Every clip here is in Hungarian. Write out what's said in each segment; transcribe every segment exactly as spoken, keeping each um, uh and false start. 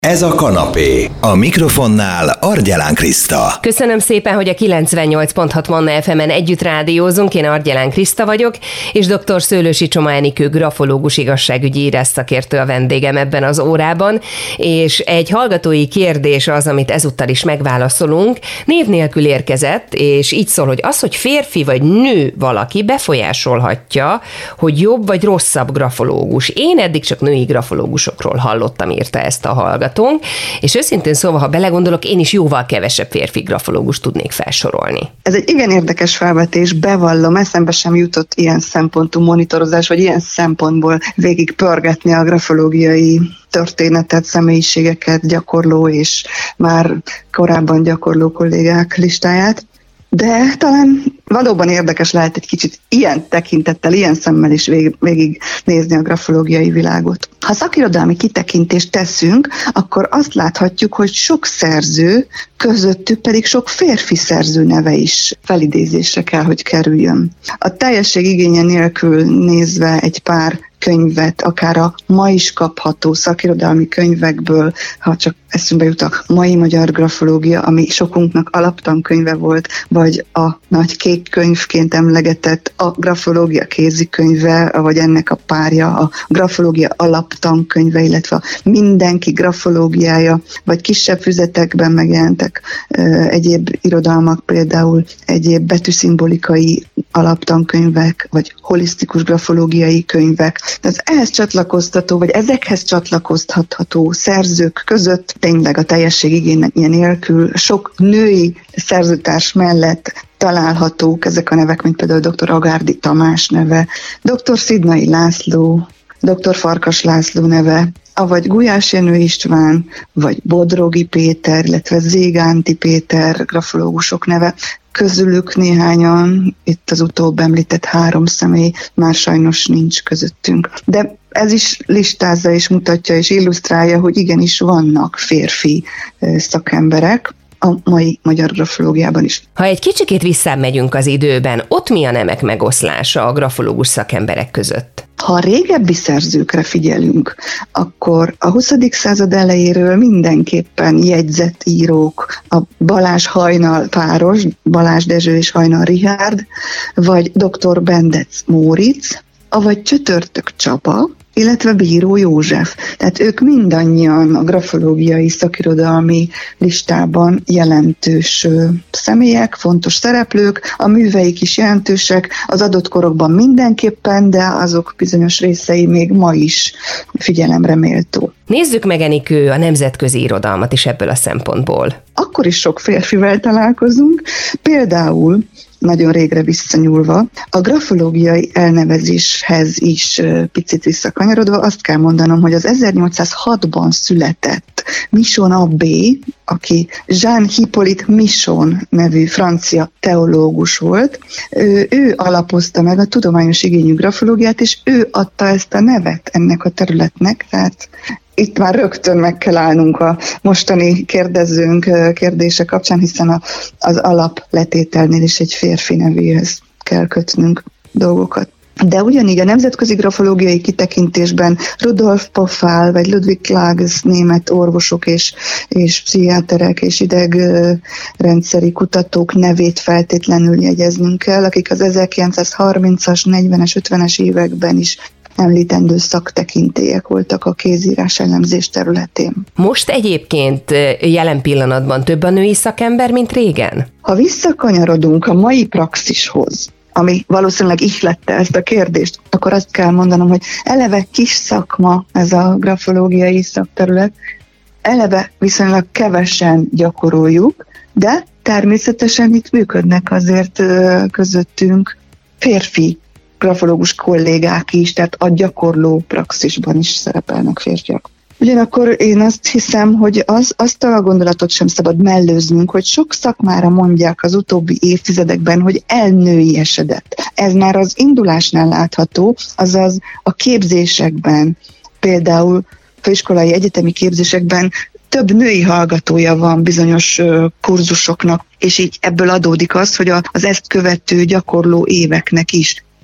Ez a kanapé. A mikrofonnál Argyelán Kriszta. Köszönöm szépen, hogy a kilencvennyolc pont hat Manna ef emen együtt rádiózunk. Én Argyelán Kriszta vagyok, és dr. Szőlősi Csoma Enikő grafológus, igazságügyi írásszakértő a vendégem ebben az órában, és egy hallgatói kérdés az, amit ezúttal is megválaszolunk. Név nélkül érkezett, és így szól, hogy az, hogy férfi vagy nő valaki befolyásolhatja, hogy jobb vagy rosszabb grafológus. Én eddig csak női grafológusokról hallottam, írta ezt a hallgató. És őszintén szóval, ha belegondolok, én is jóval kevesebb férfi grafológus tudnék felsorolni. Ez egy igen érdekes felvetés, bevallom, eszembe sem jutott ilyen szempontú monitorozás, vagy ilyen szempontból végig pörgetni a grafológiai történetet, személyiségeket, gyakorló és már korábban gyakorló kollégák listáját. De talán valóban érdekes lehet egy kicsit ilyen tekintettel, ilyen szemmel is végig, végig nézni a grafológiai világot. Ha szakirodalmi kitekintést teszünk, akkor azt láthatjuk, hogy sok szerző, közöttük pedig sok férfi szerző neve is felidézésre kell, hogy kerüljön. A teljesség igénye nélkül nézve egy pár könyvet, akár a ma is kapható szakirodalmi könyvekből, ha csak eszünkbe jut a mai magyar grafológia, ami sokunknak alaptankönyve volt, vagy a nagy kék könyvként emlegetett a grafológia kézikönyve, vagy ennek a párja, a grafológia alaptankönyve, illetve a mindenki grafológiája, vagy kisebb füzetekben megjelentek e, egyéb irodalmak, például egyéb betűszimbolikai alaptankönyvek, vagy holisztikus grafológiai könyvek. Tehát ehhez csatlakoztató, vagy ezekhez csatlakoztatható szerzők között tényleg a teljesség igénye nélkül sok női szerzőtárs mellett találhatók ezek a nevek, mint például dr. Agárdi Tamás neve, dr. Szidnai László, dr. Farkas László neve, avagy Gulyás Jenő István, vagy Bodrogi Péter, illetve Zégánti Péter grafológusok neve. Közülük néhányan, itt az utóbb említett három személy már sajnos nincs közöttünk. De ez is listázza és mutatja és illusztrálja, hogy igenis vannak férfi szakemberek a mai magyar grafológiában is. Ha egy kicsikét visszamegyünk az időben, ott mi a nemek megoszlása a grafológus szakemberek között? Ha a régebbi szerzőkre figyelünk, akkor a huszadik század elejéről mindenképpen jegyzett írók, a Balázs Hajnal páros, Balázs Dezső és Hajnal Richárd, vagy dr. Bendec Móricz, avagy Csötörtök Csaba, illetve Bíró József. Tehát ők mindannyian a grafológiai szakirodalmi listában jelentős személyek, fontos szereplők, a műveik is jelentősek, az adott korokban mindenképpen, de azok bizonyos részei még ma is figyelemre méltó. Nézzük meg, Enikő, a nemzetközi irodalmat is ebből a szempontból. Akkor is sok férfivel találkozunk, például nagyon régre visszanyúlva, a grafológiai elnevezéshez is picit visszakanyarodva azt kell mondanom, hogy az ezernyolcszázhatban született Michon Abbé, aki Jean Hippolyte Michon nevű francia teológus volt, ő, ő alapozta meg a tudományos igényű grafológiát, és ő adta ezt a nevet ennek a területnek, tehát itt már rögtön meg kell állnunk a mostani kérdezőnk kérdése kapcsán, hiszen a, az alapletételnél is egy férfi nevéhez kell kötnünk dolgokat. De ugyanígy a nemzetközi grafológiai kitekintésben Rudolf Poffál vagy Ludwig Klages német orvosok és, és pszichiáterek és idegrendszeri kutatók nevét feltétlenül jegyeznünk kell, akik az ezerkilencszázharmincas, negyvenes, ötvenes években is említendő szaktekintélyek voltak a kézírás elemzés területén. Most egyébként jelen pillanatban több a női szakember, mint régen? Ha visszakanyarodunk a mai praxishoz, ami valószínűleg ihlette ezt a kérdést, akkor azt kell mondanom, hogy eleve kis szakma ez a grafológiai szakterület, eleve viszonylag kevesen gyakoroljuk, de természetesen itt működnek azért közöttünk férfi grafológus kollégák is, tehát a gyakorló praxisban is szerepelnek férfiak. Ugyanakkor én azt hiszem, hogy az, azt a gondolatot sem szabad mellőznünk, hogy sok szakmára mondják az utóbbi évtizedekben, hogy elnőiesedett. Ez már az indulásnál látható, azaz a képzésekben, például főiskolai egyetemi képzésekben több női hallgatója van bizonyos kurzusoknak, és így ebből adódik az, hogy az ezt követő gyakorló éveknek is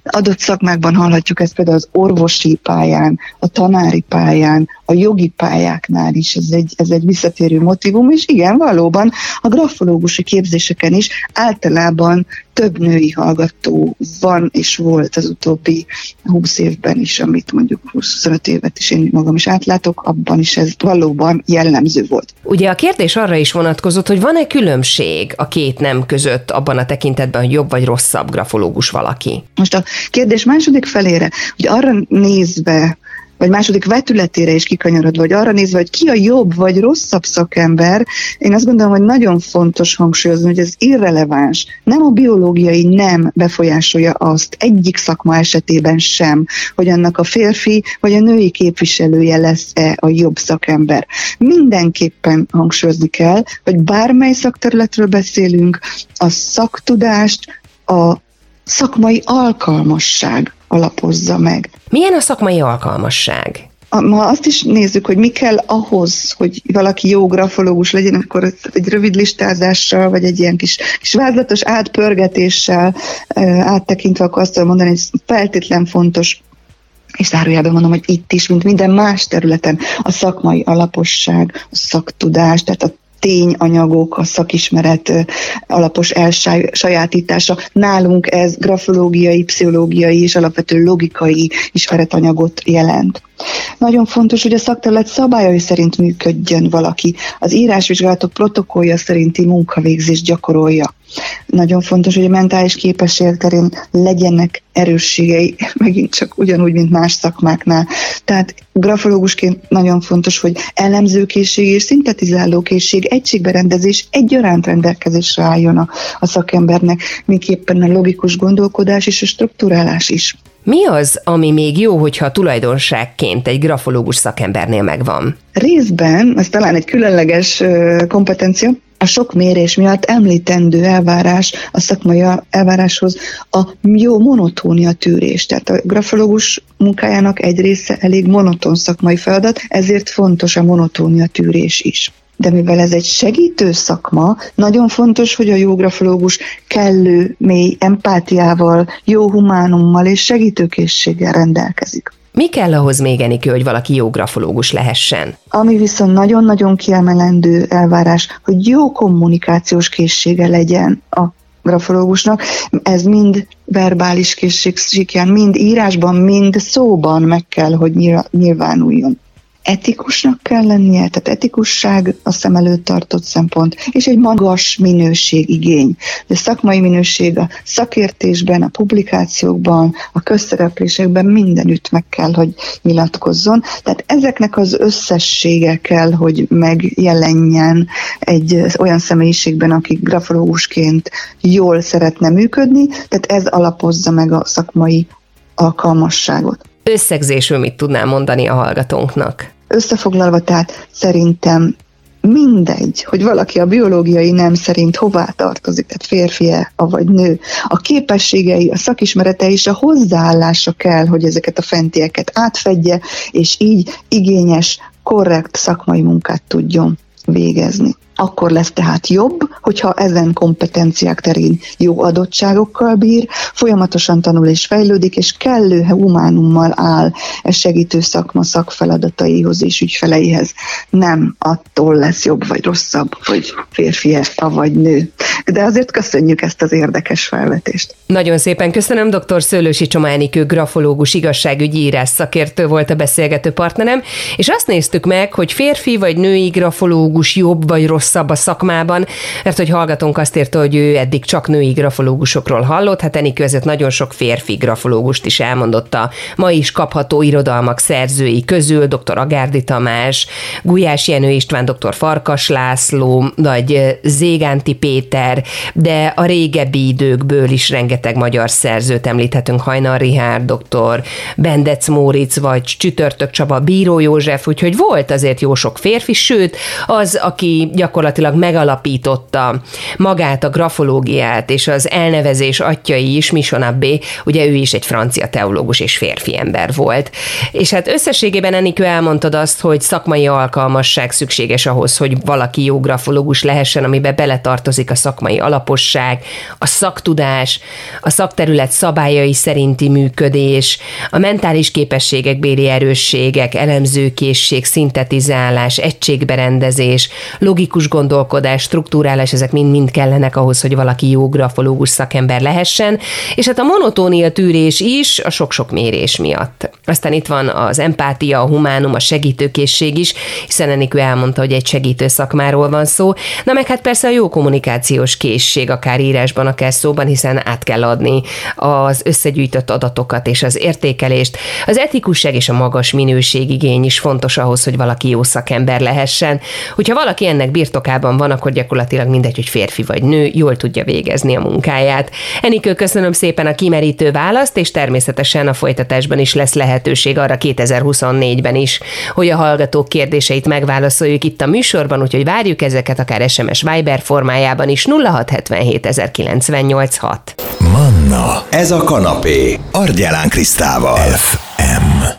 Adott szakmákban hallhatjuk ezt például az orvosi pályán, a tanári pályán, a jogi pályáknál is, ez egy, ez egy visszatérő motívum, és igen, valóban a grafológusi képzéseken is általában több női hallgató van és volt az utóbbi húsz évben is, amit mondjuk huszonöt évet is én magam is átlátok, abban is ez valóban jellemző volt. Ugye a kérdés arra is vonatkozott, hogy van-e különbség a két nem között abban a tekintetben, hogy jobb vagy rosszabb grafológus valaki? Most a kérdés második felére, hogy arra nézve, vagy második vetületére is kikanyarodva, vagy arra nézve, hogy ki a jobb vagy rosszabb szakember, én azt gondolom, hogy nagyon fontos hangsúlyozni, hogy ez irreleváns. Nem a biológiai nem befolyásolja azt egyik szakma esetében sem, hogy annak a férfi vagy a női képviselője lesz-e a jobb szakember. Mindenképpen hangsúlyozni kell, hogy bármely szakterületről beszélünk, a szaktudást, a szakmai alkalmasság alapozza meg. Milyen a szakmai alkalmasság? Ma azt is nézzük, hogy mi kell ahhoz, hogy valaki jó grafológus legyen, akkor egy rövid listázással, vagy egy ilyen kis, kis vázlatos átpörgetéssel áttekintve, akkor azt tudom mondani, hogy ez feltétlen fontos, és zárójában mondom, hogy itt is, mint minden más területen, a szakmai alaposság, a szaktudás, tehát a tényanyagok, a szakismeret alapos elsajátítása. Nálunk ez grafológiai, pszichológiai és alapvető logikai ismeretanyagot jelent. Nagyon fontos, hogy a szakterület szabályai szerint működjön valaki. Az írásvizsgálatok protokollja szerinti munkavégzést gyakorolja. Nagyon fontos, hogy a mentális képességek terén legyenek erősségei, megint csak ugyanúgy, mint más szakmáknál. Tehát grafológusként nagyon fontos, hogy elemzőkészség és szintetizálókészség, egységberendezés egyaránt rendelkezésre álljon a, a szakembernek, miképpen a logikus gondolkodás és a strukturálás is. Mi az, ami még jó, hogyha tulajdonságként egy grafológus szakembernél megvan? Részben, ez talán egy különleges kompetencia, a sok mérés miatt említendő elvárás a szakmai elváráshoz a jó monotónia tűrés. Tehát a grafológus munkájának egy része elég monoton szakmai feladat, ezért fontos a monotónia tűrés is. De mivel ez egy segítő szakma, nagyon fontos, hogy a jó grafológus kellő mély empátiával, jó humánummal és segítőkészséggel rendelkezik. Mi kell ahhoz még, Enikő, hogy valaki jó grafológus lehessen? Ami viszont nagyon-nagyon kiemelendő elvárás, hogy jó kommunikációs készsége legyen a grafológusnak. Ez mind verbális készség síkján, mind írásban, mind szóban meg kell, hogy nyilvánuljon. Etikusnak kell lennie, tehát etikusság a szem előtt tartott szempont, és egy magas minőségigény. De szakmai minőség a szakértésben, a publikációkban, a közszereplésekben mindenütt meg kell, hogy nyilatkozzon. Tehát ezeknek az összessége kell, hogy megjelenjen egy olyan személyiségben, aki grafológusként jól szeretne működni, tehát ez alapozza meg a szakmai alkalmasságot. Összegzésül mit tudnál mondani a hallgatónknak? Összefoglalva, tehát szerintem mindegy, hogy valaki a biológiai nem szerint hová tartozik, tehát férfi-e, vagy nő. A képességei, a szakismerete és a hozzáállása kell, hogy ezeket a fentieket átfedje, és így igényes, korrekt szakmai munkát tudjon végezni. Akkor lesz tehát jobb, hogyha ezen kompetenciák terén jó adottságokkal bír, folyamatosan tanul és fejlődik, és kellő humánummal áll e segítő szakma szakfeladataihoz és ügyfeleihez. Nem attól lesz jobb vagy rosszabb, hogy férfi vagy nő. De azért köszönjük ezt az érdekes felvetést. Nagyon szépen köszönöm, dr. Szőlősi Csoma Enikő grafológus, igazságügyi írás szakértő volt a beszélgető partnerem, és azt néztük meg, hogy férfi vagy női grafológus jobb vagy rosszabb a szakmában, mert hogy hallgatónk azt írta, hogy ő eddig csak női grafológusokról hallott, hát Enikő ezért nagyon sok férfi grafológust is elmondott a ma is kapható irodalmak szerzői közül, dr. Agárdi Tamás, Gulyás Jenő István, dr. Farkas László, vagy Zégánti Péter, de a régebbi időkből is rengeteg magyar szerzőt említhetünk, Hajnal Richárd, dr. Bendec Móricz, vagy Csütörtök Csaba, Bíró József, úgyhogy volt azért jó sok férfi, sőt, az, aki gyakorlatilag gyakorlatilag megalapította magát a grafológiát, és az elnevezés atyai is, Michon Abbé, ugye ő is egy francia teológus és férfi ember volt. És hát összességében, Enikő, elmondtad azt, hogy szakmai alkalmasság szükséges ahhoz, hogy valaki jó grafológus lehessen, amiben beletartozik a szakmai alaposság, a szaktudás, a szakterület szabályai szerinti működés, a mentális képességek, béli erősségek, elemzőkészség, szintetizálás, egységberendezés, logikus gondolkodás, struktúrálás, ezek mind-mind kellenek ahhoz, hogy valaki jó grafológus szakember lehessen, és hát a monotónia tűrés is a sok-sok mérés miatt. Aztán itt van az empátia, a humánum, a segítőkészség is, hiszen Enikő elmondta, hogy egy segítő szakmáról van szó, na meg hát persze a jó kommunikációs készség, akár írásban, akár szóban, hiszen át kell adni az összegyűjtött adatokat és az értékelést. Az etikusság és a magas minőségigény is fontos ahhoz, hogy valaki jó szakember lehessen. Hogyha valaki ennek birtokában van, akkor gyakorlatilag mindegy, hogy férfi vagy nő, jól tudja végezni a munkáját. Enikő, köszönöm szépen a kimerítő választ, és természetesen a folytatásban is lesz lehetőség arra kétezer-huszonnégyben is, hogy a hallgatók kérdéseit megválaszoljuk itt a műsorban, úgyhogy várjuk ezeket akár es em es Viber formájában is. Nulla hat hetvenhét ezerkilencszáznyolcvanhat. Manna, ez a kanapé, Argyelán Krisztával. ef em